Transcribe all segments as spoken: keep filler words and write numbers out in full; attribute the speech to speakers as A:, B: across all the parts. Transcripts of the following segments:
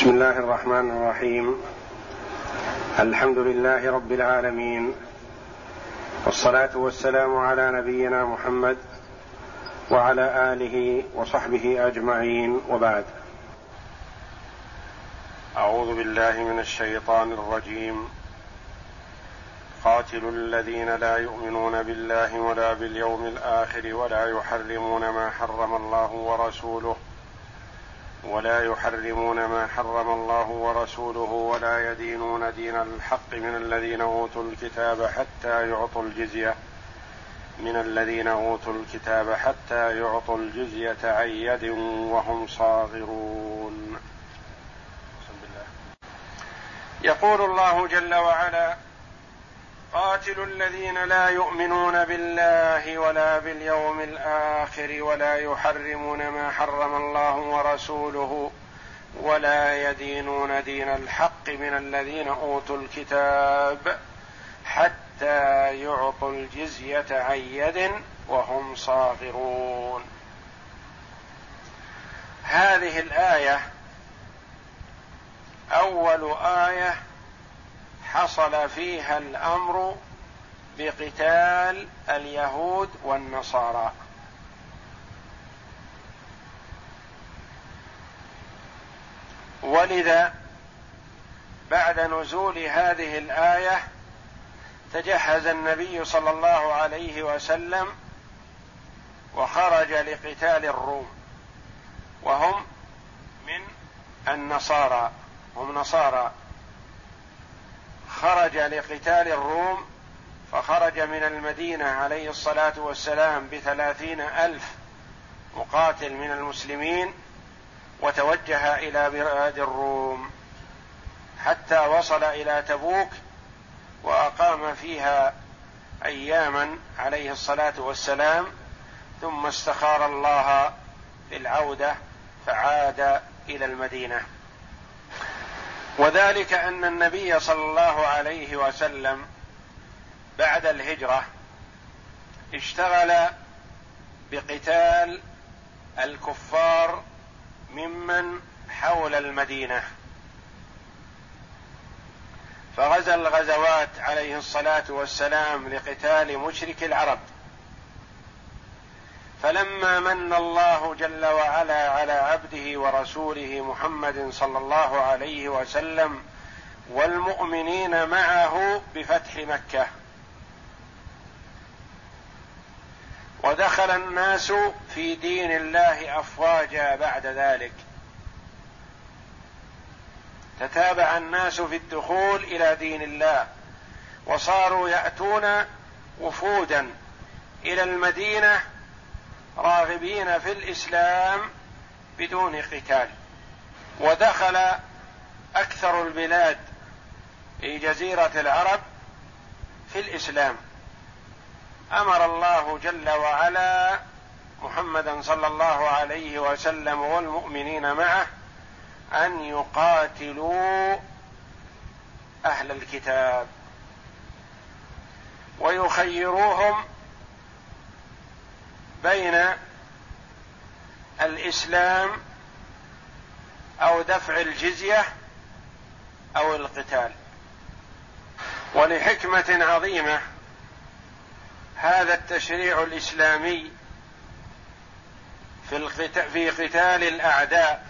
A: بسم الله الرحمن الرحيم. الحمد لله رب العالمين، والصلاة والسلام على نبينا محمد وعلى آله وصحبه أجمعين، وبعد. أعوذ بالله من الشيطان الرجيم. قاتلوا الذين لا يؤمنون بالله ولا باليوم الآخر ولا يحرمون ما حرم الله ورسوله ولا يحرمون ما حرم الله ورسوله ولا يدينون دين الحق من الذين أوتوا الكتاب حتى يعطوا الجزية من الذين أوتوا الكتاب حتى يعطوا الجزية عن يد وهم صاغرون. يقول الله جل وعلا: قاتلوا الذين لا يؤمنون بالله ولا باليوم الآخر ولا يحرمون ما حرم الله ورسوله ولا يدينون دين الحق من الذين أوتوا الكتاب حتى يعطوا الجزية عن يد وهم صاغرون. هذه الآية أول آية حصل فيها الأمر بقتال اليهود والنصارى، ولذا بعد نزول هذه الآية تجهز النبي صلى الله عليه وسلم وخرج لقتال الروم، وهم من النصارى، هم نصارى. خرج لقتال الروم، فخرج من المدينة عليه الصلاة والسلام بثلاثين ألف مقاتل من المسلمين، وتوجه إلى بلاد الروم حتى وصل إلى تبوك، وأقام فيها أياما عليه الصلاة والسلام، ثم استخار الله بالعودة فعاد إلى المدينة. وذلك أن النبي صلى الله عليه وسلم بعد الهجرة اشتغل بقتال الكفار ممن حول المدينة، فغزا الغزوات عليه الصلاة والسلام لقتال مشرك العرب. فلما من الله جل وعلا على عبده ورسوله محمد صلى الله عليه وسلم والمؤمنين معه بفتح مكة، ودخل الناس في دين الله أفواجا، بعد ذلك تتابع الناس في الدخول إلى دين الله، وصاروا يأتون وفودا إلى المدينة راغبين في الإسلام بدون قتال. ودخل أكثر البلاد في جزيرة العرب في الإسلام. أمر الله جل وعلا محمدا صلى الله عليه وسلم والمؤمنين معه أن يقاتلوا أهل الكتاب ويخيروهم بين الإسلام أو دفع الجزية أو القتال. ولحكمة عظيمة هذا التشريع الإسلامي في قتال الأعداء،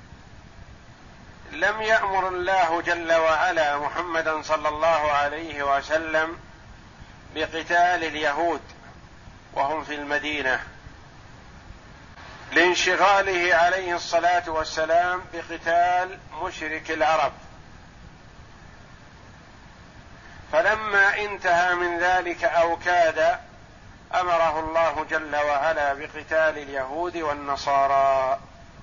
A: لم يأمر الله جل وعلا محمدا صلى الله عليه وسلم بقتال اليهود وهم في المدينة لانشغاله عليه الصلاة والسلام بقتال مشرك العرب. فلما انتهى من ذلك أو كاد، أمره الله جل وعلا بقتال اليهود والنصارى.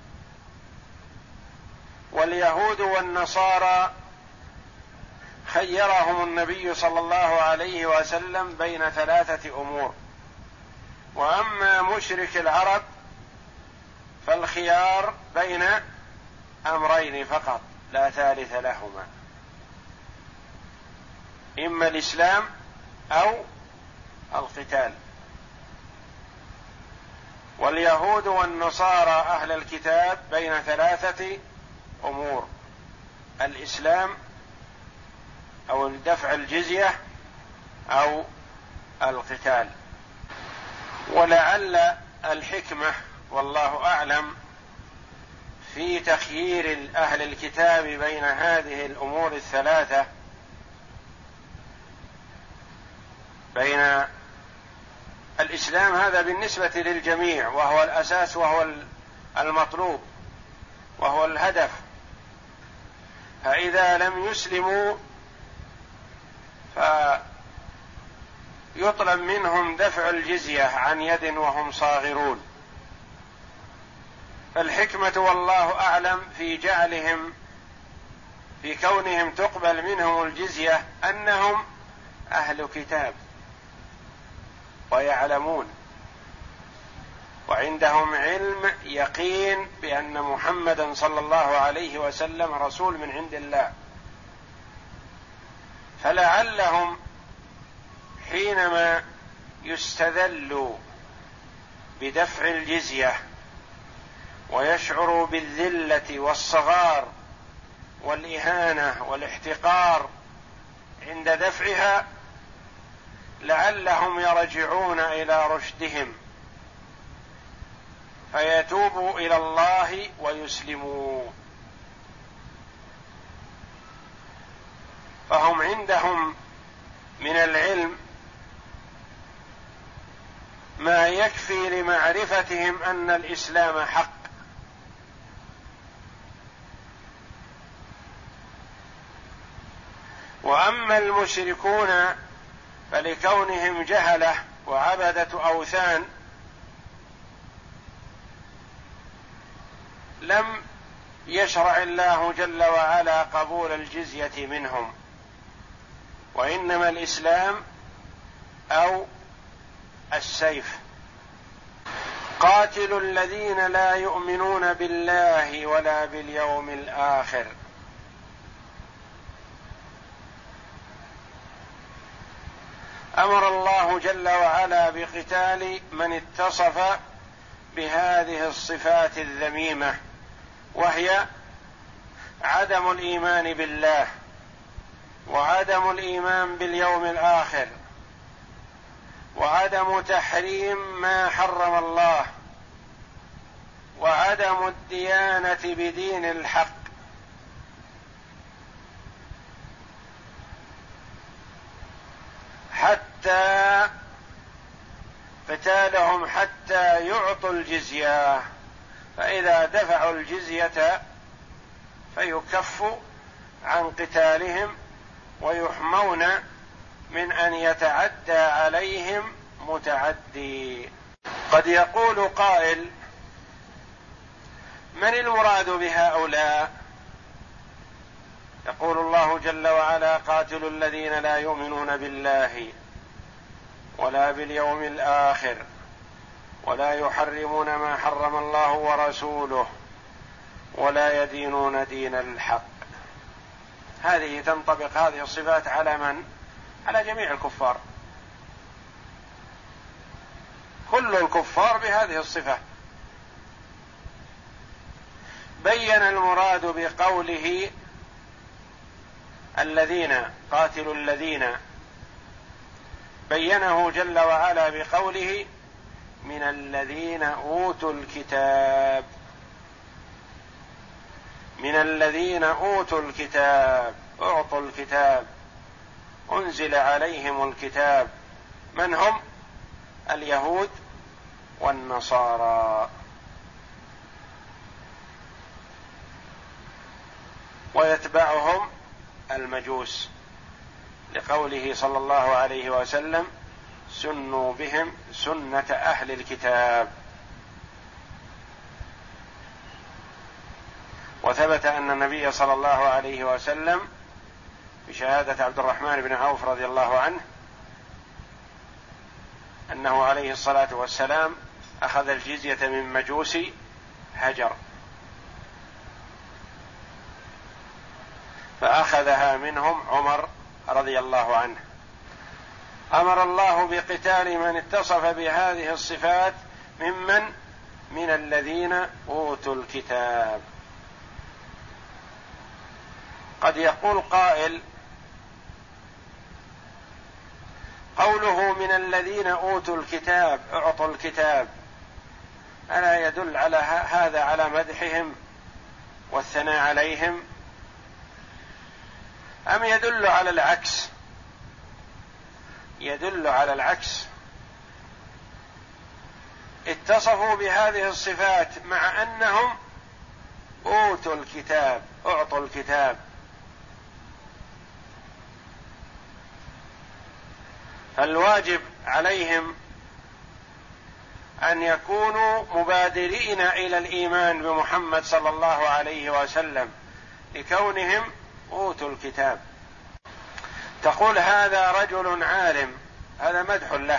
A: واليهود والنصارى خيرهم النبي صلى الله عليه وسلم بين ثلاثة أمور، وأما مشرك العرب فالخيار بين أمرين فقط لا ثالث لهما، إما الإسلام أو القتال. واليهود والنصارى أهل الكتاب بين ثلاثة أمور: الإسلام أو دفع الجزية أو القتال. ولعل الحكمة والله أعلم في تخيير أهل الكتاب بين هذه الأمور الثلاثة، بين الإسلام هذا بالنسبة للجميع وهو الأساس وهو المطلوب وهو الهدف، فإذا لم يسلموا فيطلب منهم دفع الجزية عن يد وهم صاغرون. فالحكمة والله أعلم في جعلهم في كونهم تقبل منهم الجزية أنهم أهل كتاب ويعلمون وعندهم علم يقين بأن محمدا صلى الله عليه وسلم رسول من عند الله، فلعلهم حينما يستذلوا بدفع الجزية ويشعروا بالذلة والصغار والإهانة والاحتقار عند دفعها، لعلهم يرجعون إلى رشدهم فيتوبوا إلى الله ويسلموا. فهم عندهم من العلم ما يكفي لمعرفتهم أن الإسلام حق، وأما المشركون فلكونهم جهلة وعبدة أوثان لم يشرع الله جل وعلا قبول الجزية منهم، وإنما الإسلام أو السيف. قاتلوا الذين لا يؤمنون بالله ولا باليوم الآخر. أمر الله جل وعلا بقتال من اتصف بهذه الصفات الذميمة، وهي عدم الإيمان بالله وعدم الإيمان باليوم الآخر وعدم تحريم ما حرم الله وعدم الديانة بدين الحق. حتى قتالهم حتى يعطوا الجزية، فإذا دفعوا الجزية فيكف عن قتالهم ويحمون من أن يتعدى عليهم متعدي. قد يقول قائل: من المراد بهؤلاء؟ يقول الله جل وعلا: قاتلوا الذين لا يؤمنون بالله ولا باليوم الآخر ولا يحرمون ما حرم الله ورسوله ولا يدينون دين الحق. هذه تنطبق هذه الصفات على من؟ على جميع الكفار، كل الكفار بهذه الصفة. بين المراد بقوله الذين قاتلوا الذين، بينه جل وعلا بقوله من الذين أوتوا الكتاب، من الذين أوتوا الكتاب، أعطوا الكتاب، أنزل عليهم الكتاب. من هم؟ اليهود والنصارى. ويتبعهم المجوس، لقوله صلى الله عليه وسلم: سنوا بهم سنة أهل الكتاب. وثبت أن النبي صلى الله عليه وسلم بشهادة عبد الرحمن بن عوف رضي الله عنه أنه عليه الصلاة والسلام أخذ الجزية من مجوس هجر، فأخذها منهم عمر رضي الله عنه. أمر الله بقتال من اتصف بهذه الصفات ممن من الذين أوتوا الكتاب. قد يقول قائل: قوله من الذين أوتوا الكتاب أعطوا الكتاب ألا يدل على هذا على مدحهم والثناء عليهم، أم يدل على العكس؟ يدل على العكس. اتصفوا بهذه الصفات مع أنهم أوتوا الكتاب أعطوا الكتاب، فالواجب عليهم أن يكونوا مبادرين إلى الإيمان بمحمد صلى الله عليه وسلم لكونهم أوتوا الكتاب. تقول هذا رجل عالم، هذا مدح له،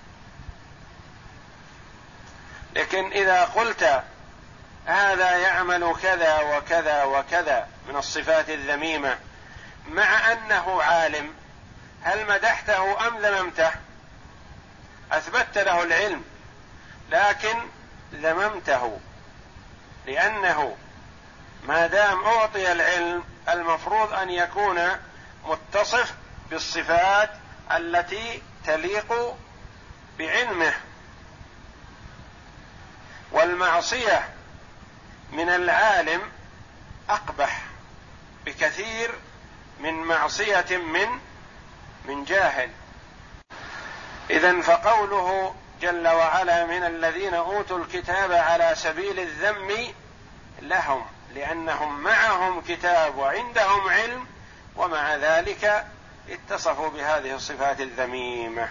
A: لكن إذا قلت هذا يعمل كذا وكذا وكذا من الصفات الذميمة مع أنه عالم، هل مدحته أم ذممته؟ أثبتت له العلم لكن ذممته، لأنه ما دام أعطي العلم المفروض أن يكون متصف بالصفات التي تليق بعلمه. والمعصية من العالم أقبح بكثير من معصية من من جاهل. إذن فقوله جل وعلا من الذين أوتوا الكتاب على سبيل الذم لهم، لأنهم معهم كتاب وعندهم علم، ومع ذلك اتصفوا بهذه الصفات الذميمة.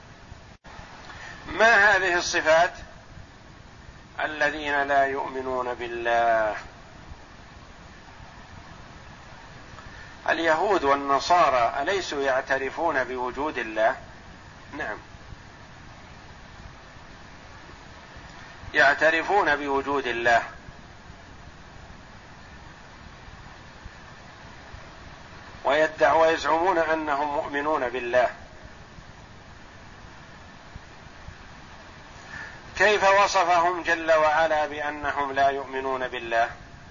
A: ما هذه الصفات؟ الذين لا يؤمنون بالله. اليهود والنصارى أليسوا يعترفون بوجود الله؟ نعم، يعترفون بوجود الله، ويدعوا ويزعمون أنهم مؤمنون بالله. كيف وصفهم جل وعلا بأنهم لا يؤمنون بالله؟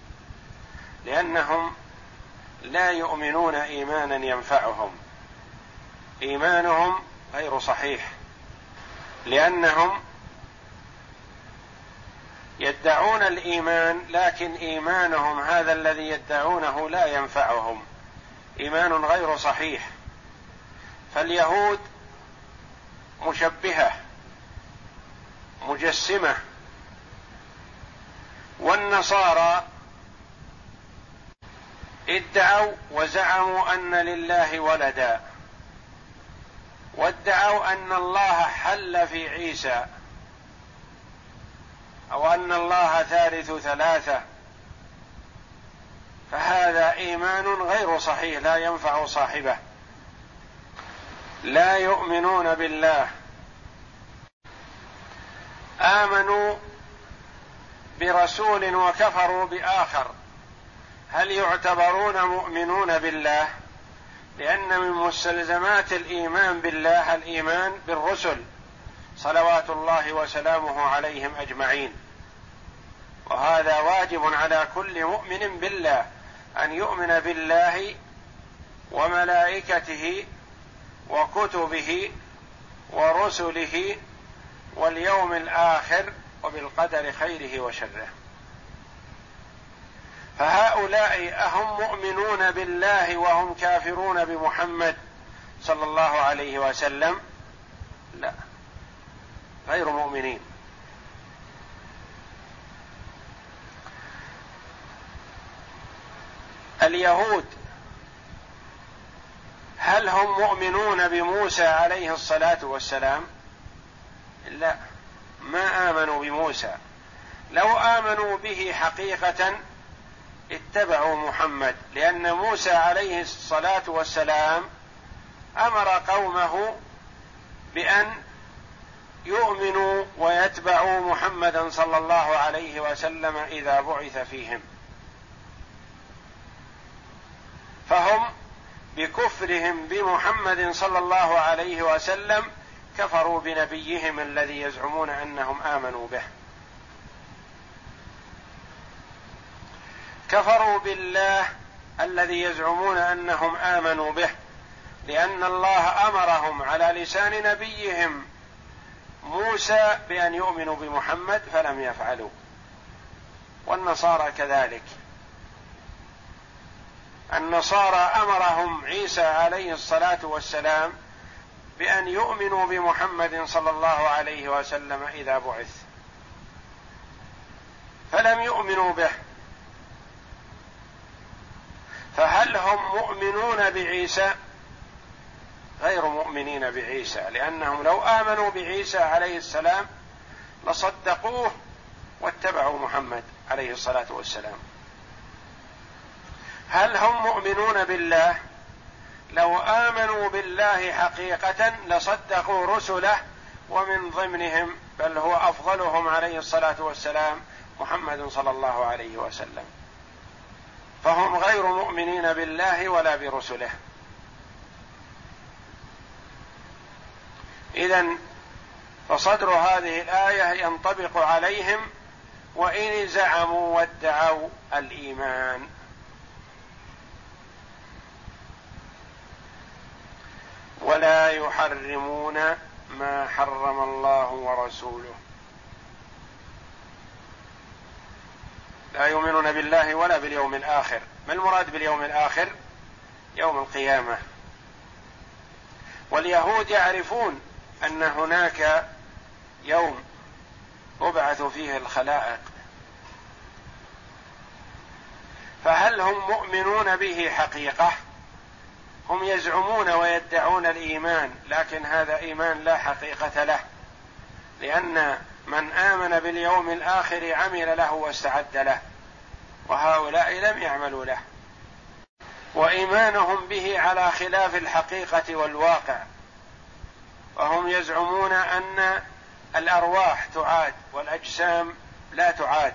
A: لأنهم لا يؤمنون إيمانا ينفعهم، إيمانهم غير صحيح، لأنهم يدعون الإيمان لكن إيمانهم هذا الذي يدعونه لا ينفعهم، إيمان غير صحيح. فاليهود مشبهة مجسمة، والنصارى ادعوا وزعموا أن لله ولدا، وادعوا أن الله حل في عيسى، أو أن الله ثالث ثلاثة، فهذا إيمان غير صحيح لا ينفع صاحبه. لا يؤمنون بالله، آمنوا برسول وكفروا بآخر، هل يعتبرون مؤمنون بالله؟ لأن من مستلزمات الإيمان بالله الإيمان بالرسل صلوات الله وسلامه عليهم أجمعين، وهذا واجب على كل مؤمن بالله أن يؤمن بالله وملائكته وكتبه ورسله واليوم الآخر وبالقدر خيره وشره. فهؤلاء أهم مؤمنون بالله وهم كافرون بمحمد صلى الله عليه وسلم؟ لا، غير مؤمنين. اليهود هل هم مؤمنون بموسى عليه الصلاة والسلام؟ لا، ما آمنوا بموسى. لو آمنوا به حقيقة اتبعوا محمد، لأن موسى عليه الصلاة والسلام أمر قومه بأن يؤمنوا ويتبعوا محمدا صلى الله عليه وسلم إذا بعث فيهم، فهم بكفرهم بمحمد صلى الله عليه وسلم كفروا بنبيهم الذي يزعمون أنهم آمنوا به. كفروا بالله الذي يزعمون أنهم آمنوا به، لأن الله أمرهم على لسان نبيهم موسى بأن يؤمنوا بمحمد فلم يفعلوا، والنصارى كذلك. النصارى أمرهم عيسى عليه الصلاة والسلام بأن يؤمنوا بمحمد صلى الله عليه وسلم إذا بعث، فلم يؤمنوا به. فهل هم مؤمنون بعيسى؟ غير مؤمنين بعيسى، لأنهم لو آمنوا بعيسى عليه السلام لصدقوه واتبعوا محمد عليه الصلاة والسلام. هل هم مؤمنون بالله؟ لو آمنوا بالله حقيقة لصدقوا رسله، ومن ضمنهم بل هو أفضلهم عليه الصلاة والسلام محمد صلى الله عليه وسلم. فهم غير مؤمنين بالله ولا برسله. إذن فصدر هذه الآية ينطبق عليهم وإن زعموا وادعوا الإيمان. ولا يحرمون ما حرم الله ورسوله، لا يؤمنون بالله ولا باليوم الآخر. ما المراد باليوم الآخر؟ يوم القيامة. واليهود يعرفون أن هناك يوم تبعث فيه الخلائق، فهل هم مؤمنون به حقيقة؟ هم يزعمون ويدعون الإيمان، لكن هذا إيمان لا حقيقة له، لأن من آمن باليوم الآخر عمل له واستعد له، وهؤلاء لم يعملوا له، وإيمانهم به على خلاف الحقيقة والواقع. وهم يزعمون أن الأرواح تعاد والأجسام لا تعاد،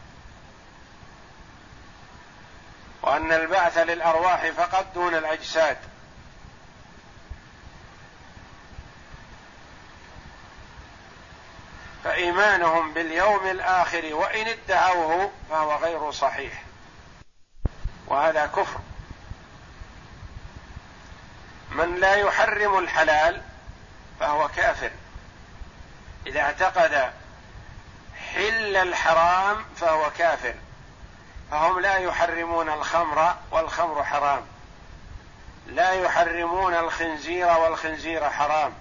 A: وأن البعث للأرواح فقط دون الأجساد. فإيمانهم باليوم الآخر وإن ادعوه فهو غير صحيح، وهذا كفر. من لا يحرم الحلال فهو كافر، إذا اعتقد حل الحرام فهو كافر. فهم لا يحرمون الخمر والخمر حرام، لا يحرمون الخنزير والخنزير حرام.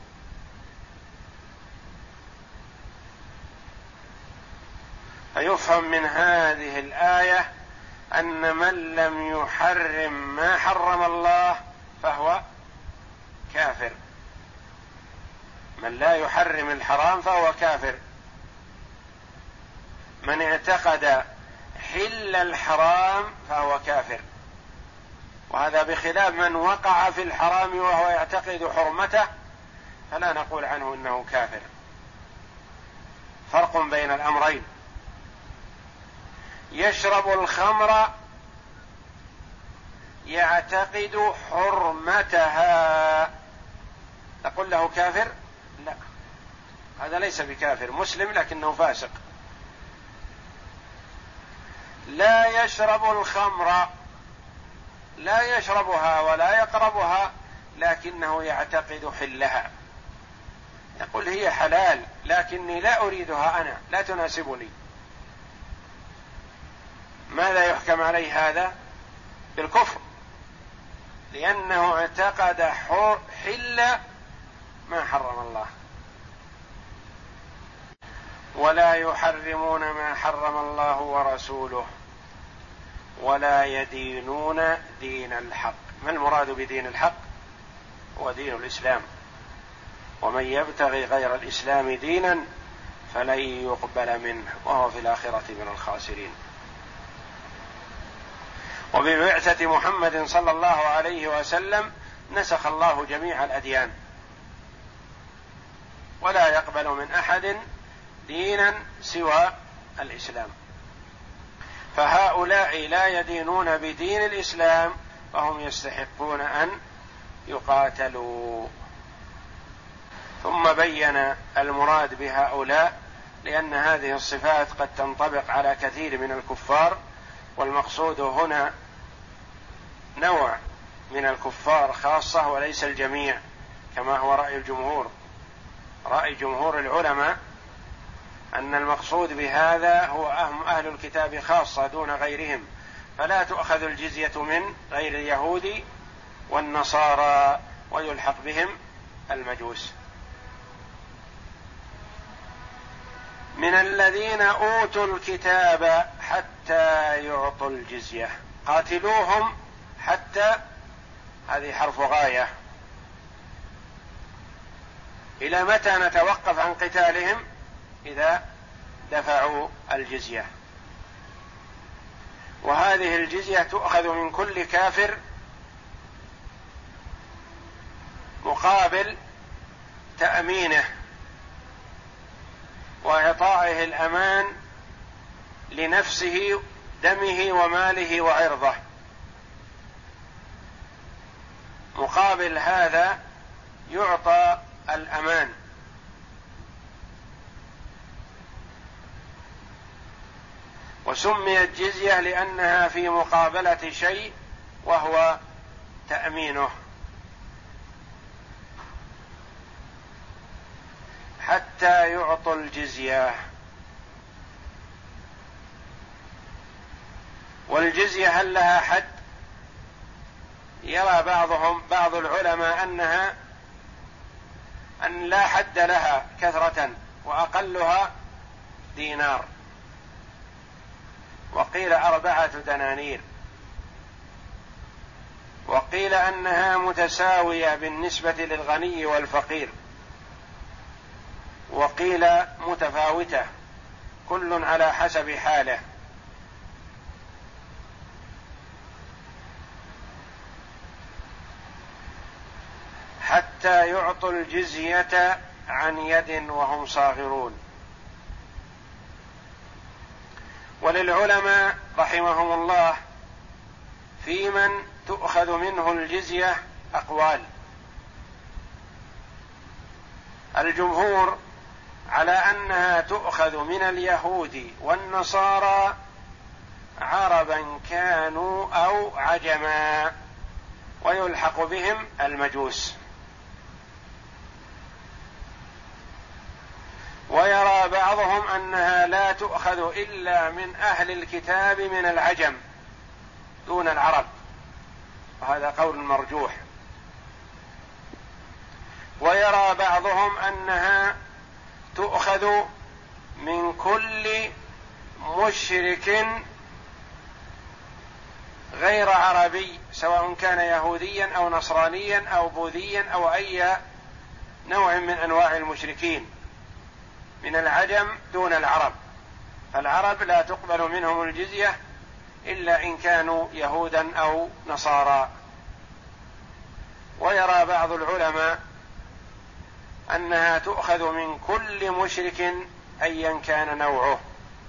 A: فيفهم من هذه الآية أن من لم يحرم ما حرم الله فهو كافر. من لا يحرم الحرام فهو كافر. من اعتقد حل الحرام فهو كافر، وهذا بخلاف من وقع في الحرام وهو يعتقد حرمته، فلا نقول عنه إنه كافر. فرق بين الأمرين. يشرب الخمر يعتقد حرمتها، نقول له كافر؟ لا، هذا ليس بكافر، مسلم لكنه فاسق. لا يشرب الخمر، لا يشربها ولا يقربها، لكنه يعتقد حلها، يقول هي حلال لكني لا أريدها، أنا لا تناسبني. ماذا يحكم عليه هذا؟ بالكفر، لأنه اعتقد حل ما حرم الله. ولا يحرمون ما حرم الله ورسوله ولا يدينون دين الحق. ما المراد بدين الحق؟ هو دين الإسلام، ومن يبتغي غير الإسلام دينا فلن يقبل منه وهو في الآخرة من الخاسرين. وببعثة محمد صلى الله عليه وسلم نسخ الله جميع الأديان، ولا يقبل من أحد دينا سوى الإسلام. فهؤلاء لا يدينون بدين الإسلام فهم يستحقون أن يقاتلوا. ثم بين المراد بهؤلاء، لأن هذه الصفات قد تنطبق على كثير من الكفار، والمقصود هنا نوع من الكفار خاصة وليس الجميع كما هو رأي الجمهور. رأي جمهور العلماء أن المقصود بهذا هو أهل الكتاب خاصة دون غيرهم، فلا تؤخذ الجزية من غير اليهود والنصارى ويلحق بهم المجوس. من الذين أوتوا الكتاب حتى يعطوا الجزية، قاتلوهم حتى، هذه حرف غاية، إلى متى نتوقف عن قتالهم؟ إذا دفعوا الجزية. وهذه الجزية تؤخذ من كل كافر مقابل تأمينه وإعطائه الأمان لنفسه، دمه وماله وعرضه. مقابل هذا يعطى الأمان. وسميت جزية لأنها في مقابلة شيء وهو تأمينه. حتى يعطوا الجزية. والجزية هل لها حد؟ يرى بعضهم بعض العلماء أنها أن لا حد لها كثرة، وأقلها دينار، وقيل أربعة دنانير، وقيل أنها متساوية بالنسبة للغني والفقير، وقيل متفاوتة كل على حسب حاله. حتى يعطوا الجزية عن يد وهم صاغرون. وللعلماء رحمهم الله في من تؤخذ منه الجزية أقوال. الجمهور على أنها تؤخذ من اليهود والنصارى عربا كانوا أو عجما، ويلحق بهم المجوس. ويرى بعضهم أنها لا تؤخذ إلا من أهل الكتاب من العجم دون العرب، وهذا قول مرجوح. ويرى بعضهم أنها تؤخذ من كل مشرك غير عربي، سواء كان يهوديا أو نصرانيا أو بوذيا أو أي نوع من أنواع المشركين من العجم دون العرب. فالعرب لا تقبل منهم الجزية إلا إن كانوا يهودا أو نصارى. ويرى بعض العلماء أنها تؤخذ من كل مشرك أيا كان نوعه.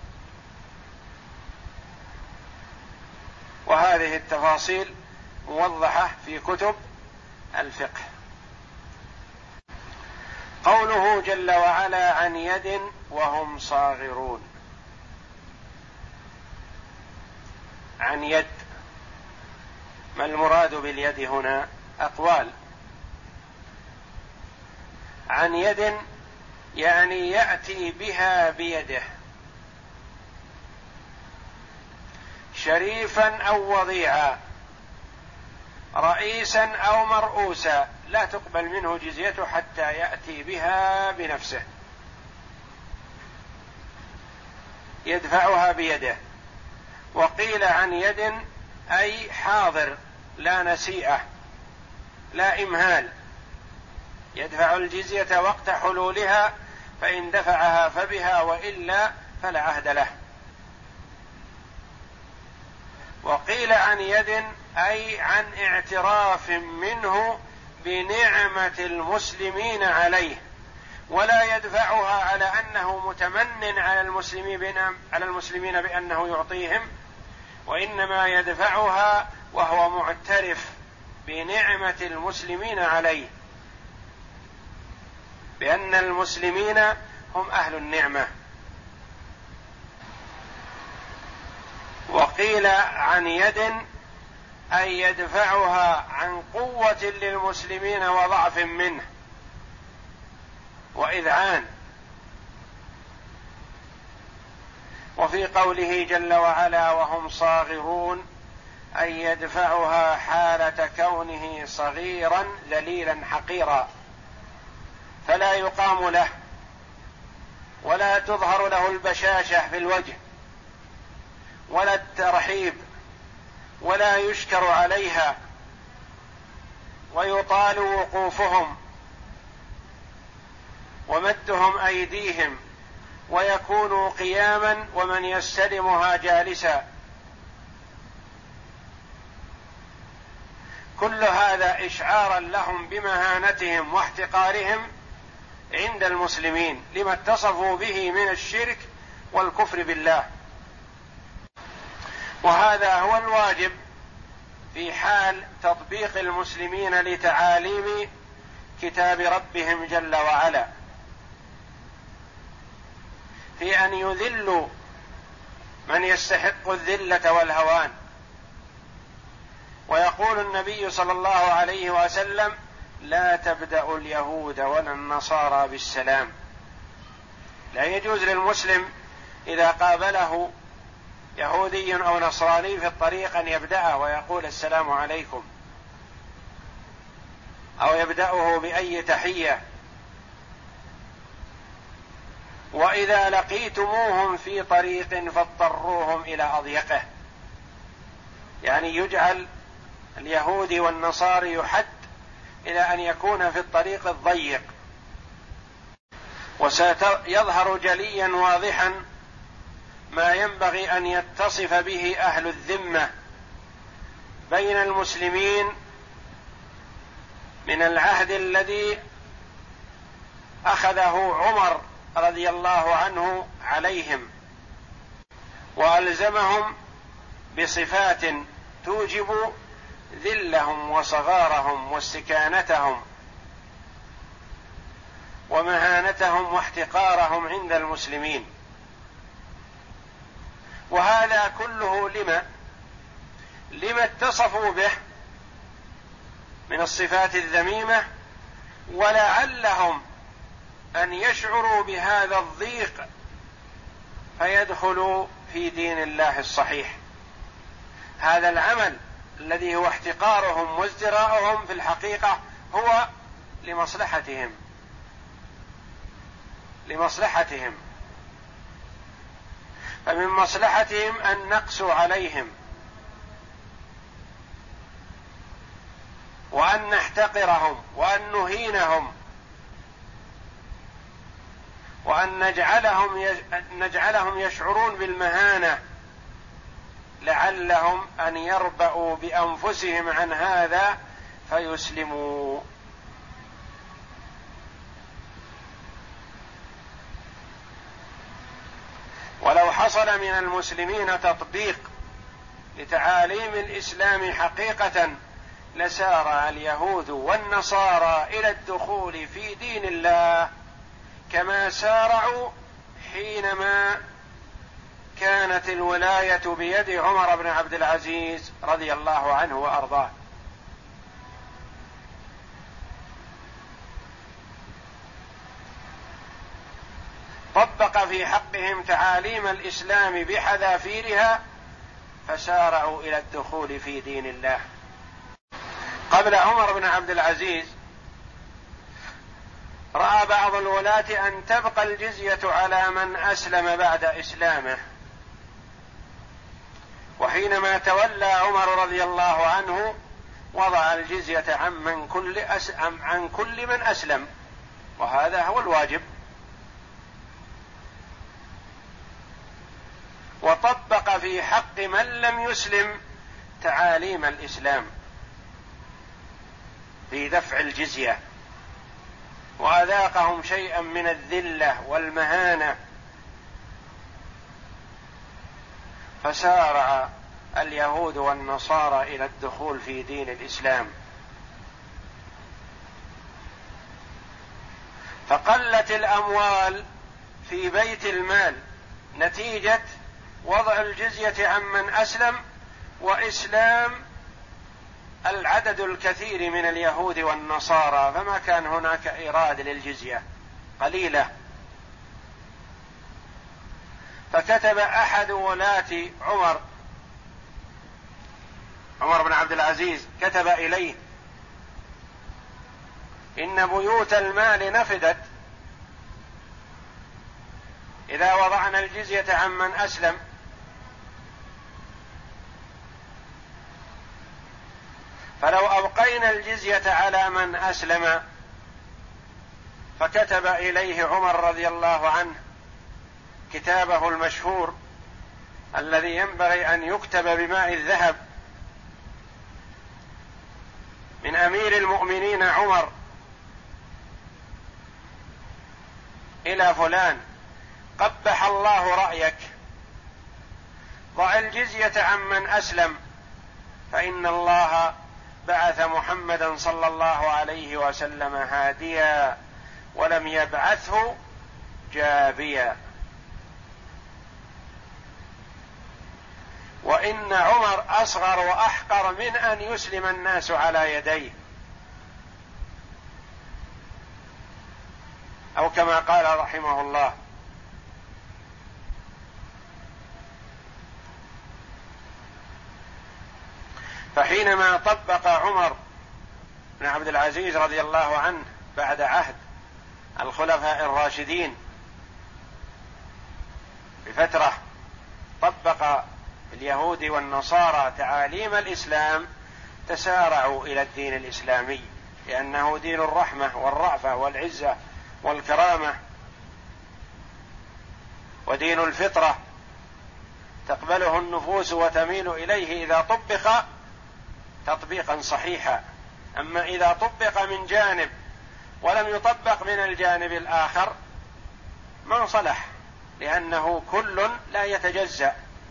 A: وهذه التفاصيل موضحة في كتب الفقه. قوله جل وعلا عن يد وهم صاغرون، عن يد، ما المراد باليد هنا؟ أقوال. عن يد يعني يأتي بها بيده، شريفا أو وضيعا، رئيسا أو مرؤوسا، لا تقبل منه جزيته حتى يأتي بها بنفسه، يدفعها بيده. وقيل عن يد أي حاضر، لا نسيئة، لا إمهال، يدفع الجزية وقت حلولها، فإن دفعها فبها وإلا فلا عهد له. وقيل عن يد أي عن اعتراف منه بنعمة المسلمين عليه، ولا يدفعها على أنه متمن على المسلمين على المسلمين بأنه يعطيهم، وإنما يدفعها وهو معترف بنعمة المسلمين عليه، بأن المسلمين هم أهل النعمة. وقيل عن يد أن يدفعها عن قوة للمسلمين وضعف منه وإذعان. وفي قوله جل وعلا وهم صاغرون أن يدفعها حالة كونه صغيرا ذليلا حقيرا، فلا يقام له ولا تظهر له البشاشة في الوجه ولا الترحيب ولا يشكر عليها، ويطال وقوفهم ومدهم أيديهم ويكونوا قياما ومن يستلمها جالسا. كل هذا إشعارا لهم بمهانتهم واحتقارهم عند المسلمين لما اتصفوا به من الشرك والكفر بالله. وهذا هو الواجب في حال تطبيق المسلمين لتعاليم كتاب ربهم جل وعلا، في أن يذلوا من يستحق الذلة والهوان. ويقول النبي صلى الله عليه وسلم لا تبدأ اليهود ولا النصارى بالسلام. لا يجوز للمسلم إذا قابله يهودي أو نصراني في الطريق أن يبدأه ويقول السلام عليكم، أو يبدأه بأي تحية. وإذا لقيتموهم في طريق فاضطروهم إلى أضيقه، يعني يجعل اليهودي والنصاري يحد إلى أن يكون في الطريق الضيق. وسيظهر جليا واضحا ما ينبغي أن يتصف به أهل الذمة بين المسلمين من العهد الذي أخذه عمر رضي الله عنه عليهم، وألزمهم بصفات توجب ذلهم وصغارهم واستكانتهم ومهانتهم واحتقارهم عند المسلمين. وهذا كله لما لما اتصفوا به من الصفات الذميمة، ولعلهم أن يشعروا بهذا الضيق فيدخلوا في دين الله الصحيح. هذا العمل الذي هو احتقارهم وازدراءهم في الحقيقة هو لمصلحتهم لمصلحتهم فمن مصلحتهم أن نقسو عليهم وأن نحتقرهم وأن نهينهم وأن نجعلهم نجعلهم يشعرون بالمهانة، لعلهم أن يربأوا بأنفسهم عن هذا فيسلموا. ولو حصل من المسلمين تطبيق لتعاليم الإسلام حقيقة لسارع اليهود والنصارى إلى الدخول في دين الله كما سارعوا حينما كانت الولاية بيد عمر بن عبد العزيز رضي الله عنه وأرضاه. طبق في حقهم تعاليم الإسلام بحذافيرها فسارعوا إلى الدخول في دين الله. قبل عمر بن عبد العزيز رأى بعض الولاة أن تبقى الجزية على من أسلم بعد إسلامه، وحينما تولى عمر رضي الله عنه وضع الجزية عن من كل أس... عن كل من أسلم، وهذا هو الواجب. وطبق في حق من لم يسلم تعاليم الإسلام في دفع الجزية، وأذاقهم شيئا من الذلة والمهانة، فسارع اليهود والنصارى إلى الدخول في دين الإسلام، فقلت الأموال في بيت المال نتيجة وضع الجزية عن من أسلم وإسلام العدد الكثير من اليهود والنصارى، فما كان هناك إيراد للجزية، قليلة. فكتب أحد ولاة عمر عمر بن عبد العزيز كتب إليه: إن بيوت المال نفدت إذا وضعنا الجزية عمن أسلم، فلو أبقينا الجزية على من أسلم. فكتب إليه عمر رضي الله عنه كتابه المشهور الذي ينبغي أن يكتب بماء الذهب من أمير المؤمنين عمر إلى فلان: قبح الله رأيك، ضع الجزية عمن أسلم، فإن الله بعث محمدا صلى الله عليه وسلم هاديا ولم يبعثه جابيا. وإن عمر أصغر وأحقر من أن يسلم الناس على يديه، أو كما قال رحمه الله. فحينما طبق عمر بن عبد العزيز رضي الله عنه بعد عهد الخلفاء الراشدين بفترة، طبق اليهود والنصارى تعاليم الإسلام، تسارعوا إلى الدين الإسلامي، لأنه دين الرحمة والرأفة والعزة والكرامة، ودين الفطرة تقبله النفوس وتميل إليه إذا طبق تطبيقا صحيحا. أما إذا طبق من جانب ولم يطبق من الجانب الآخر ما صلح، لأنه كل لا يتجزأ.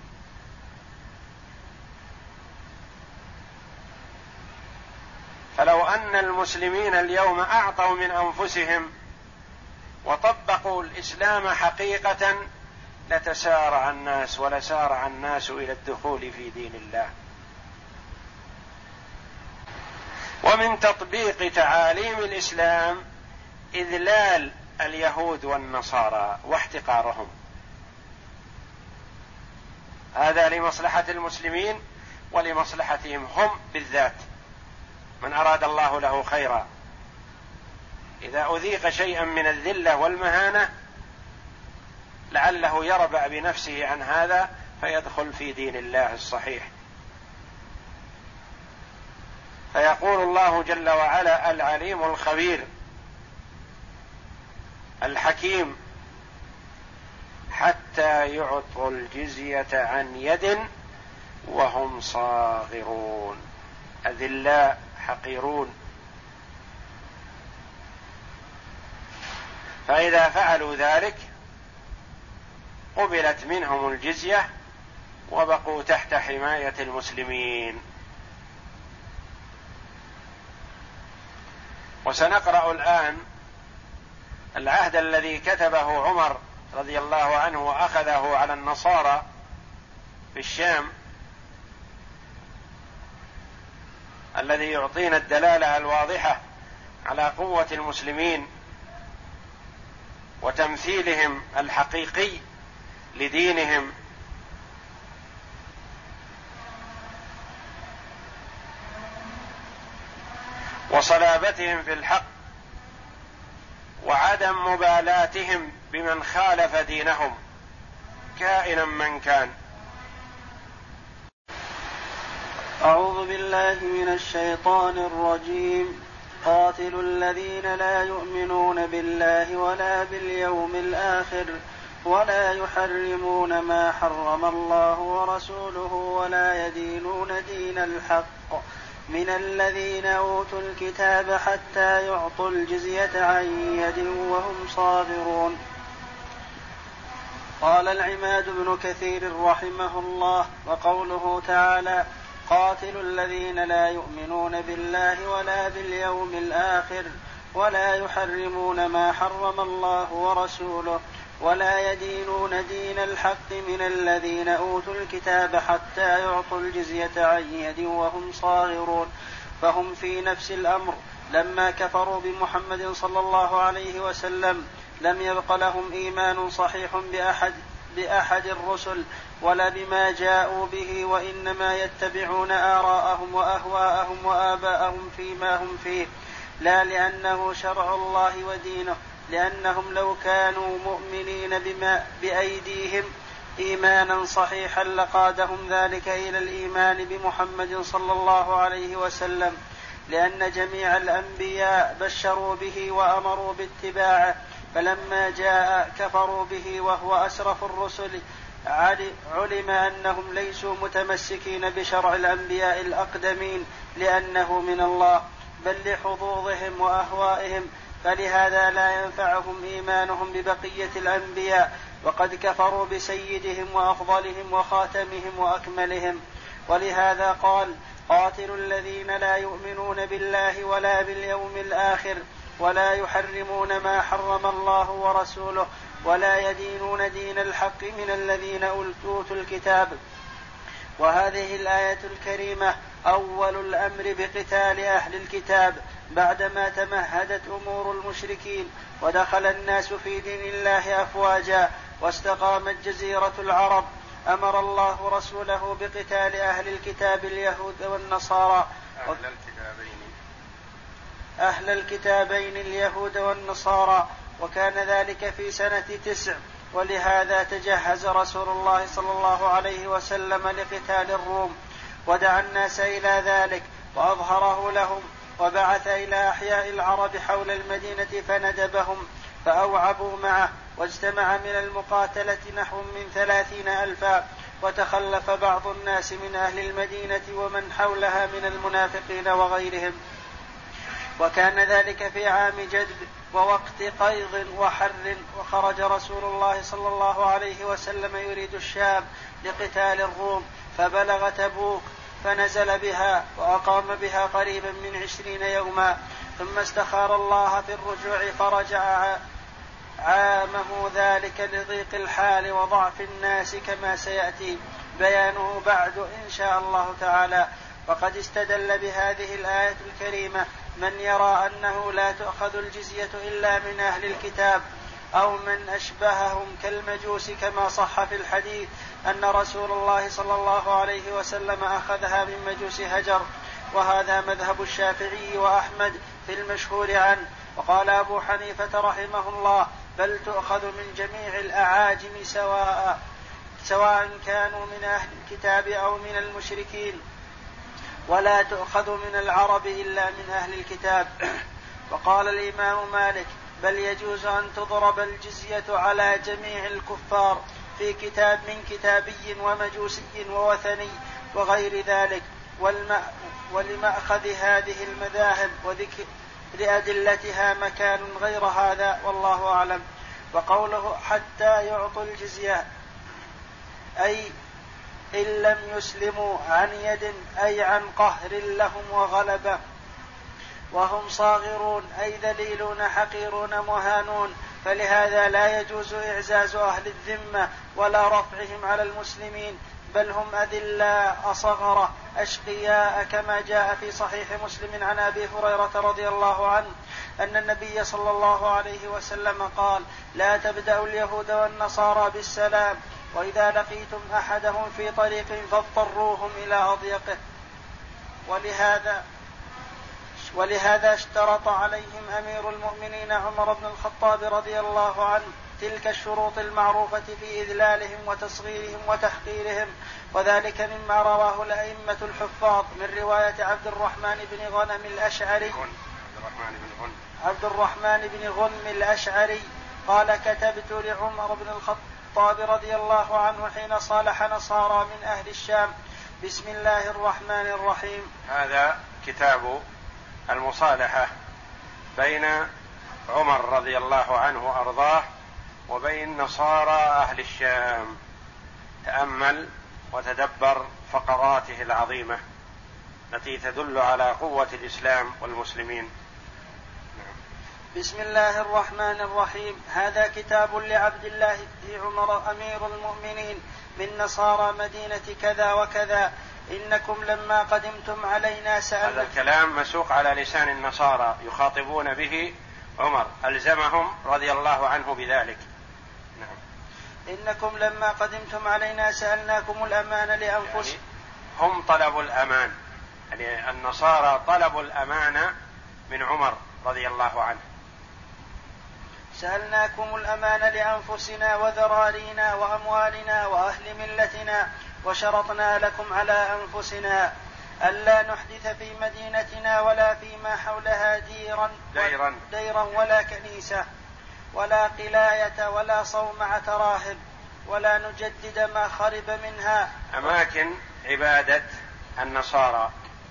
A: فلو أن المسلمين اليوم أعطوا من أنفسهم وطبقوا الإسلام حقيقة لتسارع الناس ولسارع الناس إلى الدخول في دين الله. ومن تطبيق تعاليم الإسلام إذلال اليهود والنصارى واحتقارهم، هذا لمصلحة المسلمين ولمصلحتهم هم بالذات، من أراد الله له خيرا. إذا أذيق شيئا من الذلة والمهانة لعله يربأ بنفسه عن هذا فيدخل في دين الله الصحيح. فيقول الله جل وعلا: العليم الخبير الحكيم، حتى يعطوا الجزية عن يد وهم صاغرون، أذلاء حقيرون. فإذا فعلوا ذلك قبلت منهم الجزية وبقوا تحت حماية المسلمين. وسنقرأ الآن العهد الذي كتبه عمر رضي الله عنه وأخذه على النصارى في الشام، الذي يعطينا الدلالة الواضحة على قوة المسلمين وتمثيلهم الحقيقي لدينهم، وصلابتهم في الحق، وعدم مبالاتهم بمن خالف دينهم كائنا من كان.
B: أعوذ بالله من الشيطان الرجيم. قاتلوا الذين لا يؤمنون بالله ولا باليوم الآخر ولا يحرمون ما حرم الله ورسوله ولا يدينون دين الحق من الذين أوتوا الكتاب حتى يعطوا الجزية عن يد وهم صاغرون. قال العماد بن كثير رحمه الله: وقوله تعالى: قاتلوا الذين لا يؤمنون بالله ولا باليوم الآخر ولا يحرمون ما حرم الله ورسوله ولا يدينون دين الحق من الذين أوتوا الكتاب حتى يعطوا الجزية عن يد وهم صاغرون. فهم في نفس الأمر لما كفروا بمحمد صلى الله عليه وسلم لم يبق لهم إيمان صحيح بأحد, بأحد الرسل ولا بما جاءوا به، وإنما يتبعون آراءهم وأهواءهم وآباءهم فيما هم فيه، لا لأنه شرع الله ودينه، لأنهم لو كانوا مؤمنين بما بأيديهم إيمانا صحيحا لقادهم ذلك إلى الإيمان بمحمد صلى الله عليه وسلم، لأن جميع الأنبياء بشروا به وأمروا باتباعه، فلما جاء كفروا به وهو أشرف الرسل علم أنهم ليسوا متمسكين بشرع الأنبياء الأقدمين لأنه من الله، بل لحظوظهم وأهوائهم، فلهذا لا ينفعهم إيمانهم ببقية الأنبياء، وقد كفروا بسيدهم وأفضلهم وخاتمهم وأكملهم. ولهذا قال: قاتلوا الذين لا يؤمنون بالله ولا باليوم الآخر ولا يحرمون ما حرم الله ورسوله ولا يدينون دين الحق من الذين أوتوا الكتاب. وهذه الآية الكريمة أول الأمر بقتال أهل الكتاب بعدما تمهدت أمور المشركين ودخل الناس في دين الله أفواجا واستقامت جزيرة العرب. أمر الله رسوله بقتال أهل الكتاب اليهود والنصارى
A: أهل الكتابين
B: أهل الكتابين اليهود والنصارى، وكان ذلك في سنة تسع، ولهذا تجهز رسول الله صلى الله عليه وسلم لقتال الروم، ودعا الناس إلى ذلك وأظهره لهم، وبعث إلى أحياء العرب حول المدينة فندبهم فأوعبوا معه، واجتمع من المقاتلة نحو من ثلاثين ألفا، وتخلف بعض الناس من أهل المدينة ومن حولها من المنافقين وغيرهم. وكان ذلك في عام جدب ووقت قيض وحر، وخرج رسول الله صلى الله عليه وسلم يريد الشام لقتال الروم، فبلغ تبوك فنزل بها وأقام بها قريبا من عشرين يوما، ثم استخار الله في الرجوع فرجع عامه ذلك لضيق الحال وضعف الناس كما سيأتي بيانه بعد إن شاء الله تعالى. وقد استدل بهذه الآية الكريمة من يرى أنه لا تؤخذ الجزية إلا من أهل الكتاب أو من أشبههم كالمجوس، كما صح في الحديث أن رسول الله صلى الله عليه وسلم أخذها من مجوس هجر، وهذا مذهب الشافعي وأحمد في المشهور عنه. وقال أبو حنيفة رحمه الله: بل تؤخذ من جميع الأعاجم سواء سواء كانوا من أهل الكتاب أو من المشركين، ولا تؤخذ من العرب إلا من أهل الكتاب. وقال الإمام مالك: بل يجوز أن تضرب الجزية على جميع الكفار في كتاب من كتابي ومجوسي ووثني وغير ذلك. ولمأخذ هذه المذاهب وذكر لأدلتها مكان غير هذا، والله أعلم. وقوله حتى يعطوا الجزية أي إن لم يسلموا عن يد، أي عن قهر لهم وغلبة، وهم صاغرون أي ذليلون حقيرون مهانون، فلهذا لا يجوز إعزاز أهل الذمة ولا رفعهم على المسلمين، بل هم أذلاء أصغر أشقياء، كما جاء في صحيح مسلم عن أبي هريرة رضي الله عنه أن النبي صلى الله عليه وسلم قال: لا تبدأوا اليهود والنصارى بالسلام، وإذا لقيتم أحدهم في طريق فاضطروهم إلى أضيقه. ولهذا ولهذا اشترط عليهم أمير المؤمنين عمر بن الخطاب رضي الله عنه تلك الشروط المعروفة في إذلالهم وتصغيرهم وتحقيرهم، وذلك مما رواه الأئمة الحفاظ من رواية عبد الرحمن بن غنم الأشعري عبد الرحمن بن غنم الأشعري قال: كتبت لعمر بن الخطاب رضي الله عنه حين صالح نصارى من أهل الشام: بسم الله الرحمن الرحيم.
A: هذا كتاب المصالحة بين عمر رضي الله عنه وأرضاه وبين نصارى أهل الشام. تأمل وتدبر فقراته العظيمة التي تدل على قوة الإسلام والمسلمين.
B: بسم الله الرحمن الرحيم. هذا كتاب لعبد الله بن عمر أمير المؤمنين من نصارى مدينة كذا وكذا، إنكم لما قدمتم علينا سألنا.
A: هذا الكلام مسوق على لسان النصارى يخاطبون به عمر، ألزمهم رضي الله عنه بذلك.
B: نعم. إنكم لما قدمتم علينا سألناكم الأمان لأنفسكم،
A: يعني هم طلبوا الأمان، يعني النصارى طلبوا الأمان من عمر رضي الله عنه.
B: سألناكم الأمان لأنفسنا وذرارينا وأموالنا وأهل ملتنا، وشرطنا لكم على أنفسنا ألا نحدث في مدينتنا ولا فيما حولها ديرا,
A: ديرا,
B: ديرا ولا كنيسة ولا قلاية ولا صومعة راهب، ولا نجدد ما خرب منها
A: أماكن عبادة النصارى،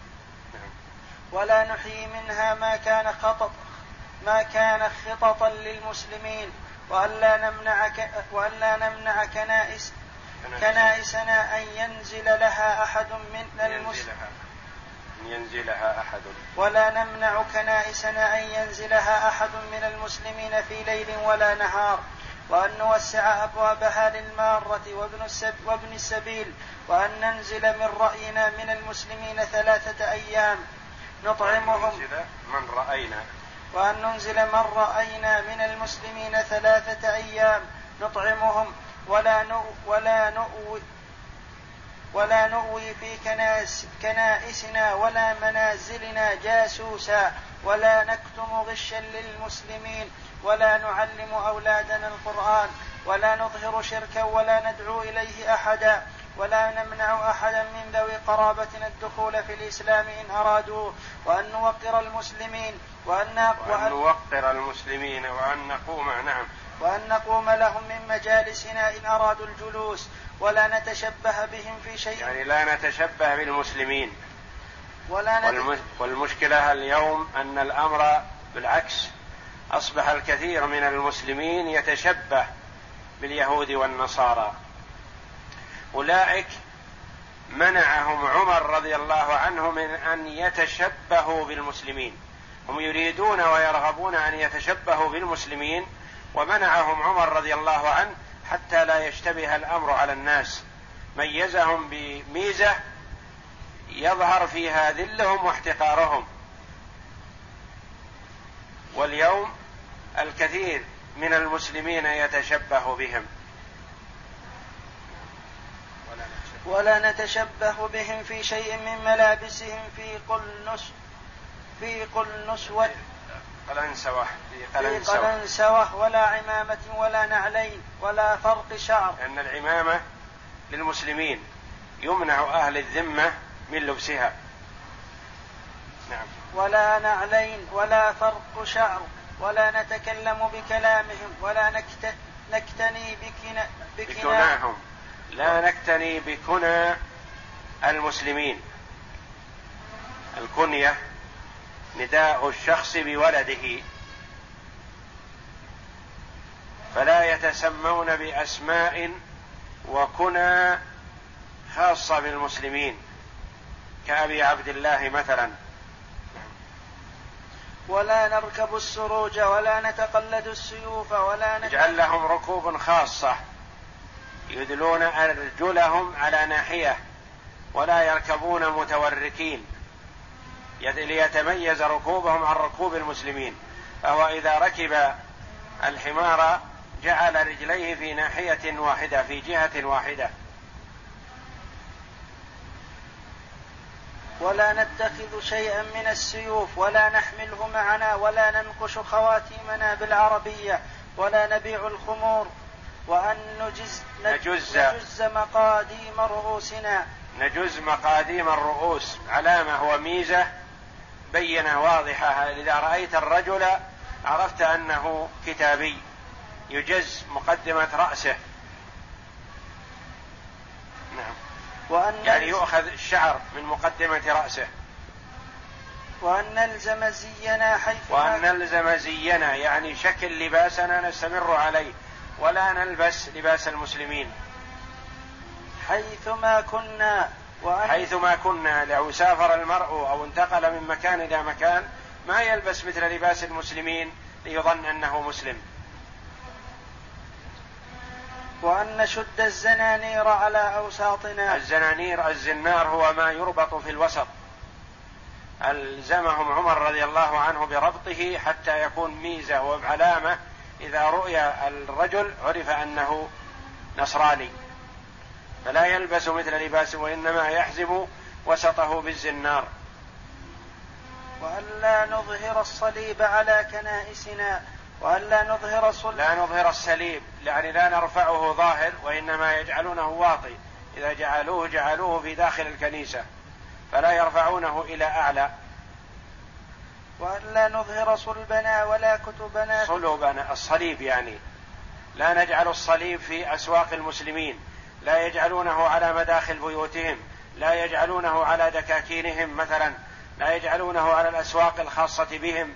B: ولا نحيي منها ما كان خطط ما كان خططا للمسلمين، وألا نمنع وألا نمنع كنائس كنائسنا أن ينزل لها أحد من المسلمين
A: ينزلها أحد
B: ولا نمنع كنائسنا أن ينزلها أحد من المسلمين في ليل ولا نهار، وأن نوسع أبوابها للمارة وابن السبيل، وأن ننزل من رأينا من المسلمين ثلاثة أيام نطعمهم
A: من رأينا
B: وأن ننزل من رأينا من المسلمين ثلاثة أيام نطعمهم، ولا نو ولا نؤوي ولا نؤوي في كنائس كنائسنا ولا منازلنا جاسوسا، ولا نكتم غشا للمسلمين، ولا نعلم أولادنا القرآن، ولا نظهر شركا ولا ندعو إليه أحدا، ولا نمنع أحدا من ذوي قرابتنا الدخول في الإسلام إن أرادوه، وأن نوقر المسلمين وأن,
A: وأن نوقر المسلمين وأن نقوم نعم
B: وأن نقوم لهم من مجالسنا إن أرادوا الجلوس، ولا نتشبه بهم في شيء،
A: يعني لا نتشبه بالمسلمين.
B: ولا
A: والمش... والمشكلة اليوم أن الأمر بالعكس، أصبح الكثير من المسلمين يتشبه باليهود والنصارى. أولئك منعهم عمر رضي الله عنه من أن يتشبهوا بالمسلمين، هم يريدون ويرغبون أن يتشبهوا بالمسلمين، ومنعهم عمر رضي الله عنه حتى لا يشتبه الأمر على الناس، ميزهم بميزة يظهر فيها ذلهم واحتقارهم. واليوم الكثير من المسلمين يتشبه بهم،
B: ولا نتشبه بهم في شيء من ملابسهم في قلنس في قلنسوة
A: قلنسوة
B: في قلنسوة ولا عمامة ولا نعلين ولا فرق شعر،
A: لأن العمامة للمسلمين يمنع أهل الذمة من لبسها. نعم.
B: ولا نعلين ولا فرق شعر، ولا نتكلم بكلامهم، ولا نكت... نكتني بكنا...
A: بكناهم، لا نكتني بكنى المسلمين. الكنية نداء الشخص بولده، فلا يتسمون بأسماء وكنى خاصة بالمسلمين كأبي عبد الله مثلا.
B: ولا نركب السروج ولا نتقلد السيوف ولا
A: نجعل لهم ركوب خاصة يدلون أرجلهم على ناحية، ولا يركبون متوركين ليتميز ركوبهم عن ركوب المسلمين. فهو إذا ركب الحمار جعل رجليه في ناحية واحدة في جهة واحدة.
B: ولا نتخذ شيئا من السيوف ولا نحمله معنا، ولا ننقش خواتيمنا بالعربية، ولا نبيع الخمور، وأن نجز,
A: نجز,
B: نجز مقاديم رؤوسنا
A: نجز مقاديم الرؤوس، علامة وميزة بينة واضحة، إذا رأيت الرجل عرفت أنه كتابي، يجز مقدمة رأسه. نعم. وأن يعني يؤخذ الشعر من مقدمة رأسه.
B: وأن نلزم زينا حيث
A: وأن نلزم زينا يعني شكل لباسنا نستمر عليه، ولا نلبس لباس المسلمين
B: حيثما كنا.
A: وأن حيثما كنا، لو سافر المرء أو انتقل من مكان إلى مكان ما يلبس مثل لباس المسلمين ليظن أنه مسلم.
B: وأن نشد الزنانير على أوساطنا.
A: الزنانير الزنار هو ما يربط في الوسط، ألزمهم عمر رضي الله عنه بربطه حتى يكون ميزة وعلامة، إذا رؤي الرجل عرف أنه نصراني، فلا يلبس مثل لباسه وإنما يحزم وسطه بالزنار.
B: وألا نظهر الصليب على كنائسنا، وألا نظهر الصليب
A: لا نظهر الصليب يعني لا نرفعه ظاهر، وإنما يجعلونه واطي، إذا جعلوه جعلوه في داخل الكنيسة فلا يرفعونه إلى أعلى.
B: وألا نظهر صلبنا ولا كتبنا.
A: صلبنا الصليب يعني لا نجعل الصليب في أسواق المسلمين، لا يجعلونه على مداخل بيوتهم، لا يجعلونه على دكاكينهم مثلا، لا يجعلونه على الأسواق الخاصة بهم.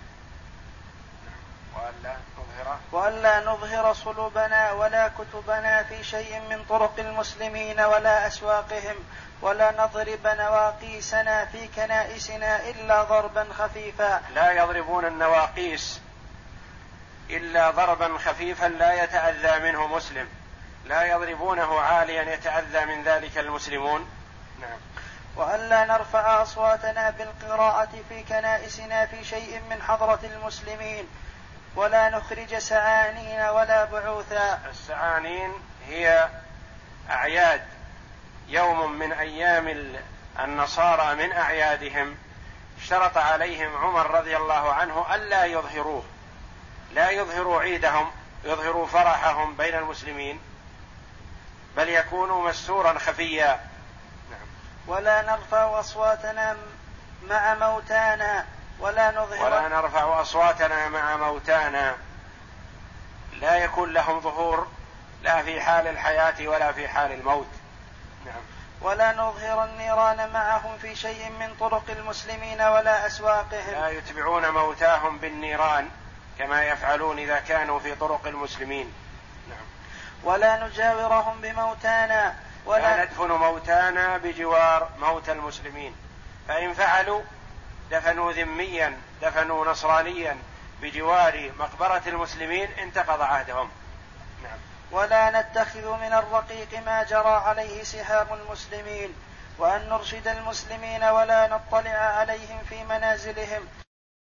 A: وألا نظهر
B: وألا نظهر صلبنا ولا كتبنا في شيء من طرق المسلمين ولا أسواقهم، ولا نضرب نواقيسنا في كنائسنا إلا ضربا خفيفا.
A: لا يضربون النواقيس إلا ضربا خفيفا لا يتأذى منه مسلم، لا يضربونه عاليا يتأذى من ذلك المسلمون. نعم.
B: وألا نرفع أصواتنا بالقراءة في كنائسنا في شيء من حضرة المسلمين، ولا نخرج سعانين ولا بعوثا.
A: السعانين هي أعياد، يوم من أيام النصارى من أعيادهم، اشترط عليهم عمر رضي الله عنه ألا يظهروه، لا يظهروا عيدهم، يظهروا فرحهم بين المسلمين، بل يكونوا مستورا خفيا. نعم.
B: ولا نرفع أصواتنا مع موتانا ولا نظهر
A: ولا نرفع أصواتنا مع موتانا، لا يكون لهم ظهور لا في حال الحياة ولا في حال الموت. نعم.
B: ولا نظهر النيران معهم في شيء من طرق المسلمين ولا أسواقهم.
A: لا يتبعون موتاهم بالنيران كما يفعلون إذا كانوا في طرق المسلمين. نعم.
B: ولا نجاورهم بموتانا ولا
A: لا ندفن موتانا بجوار موتى المسلمين، فإن فعلوا دفنوا ذميا دفنوا نصرانيا بجوار مقبرة المسلمين انتقض عهدهم. نعم.
B: ولا نتخذ من الرقيق ما جرى عليه سهام المسلمين، وأن نرشد المسلمين ولا نطلع عليهم في منازلهم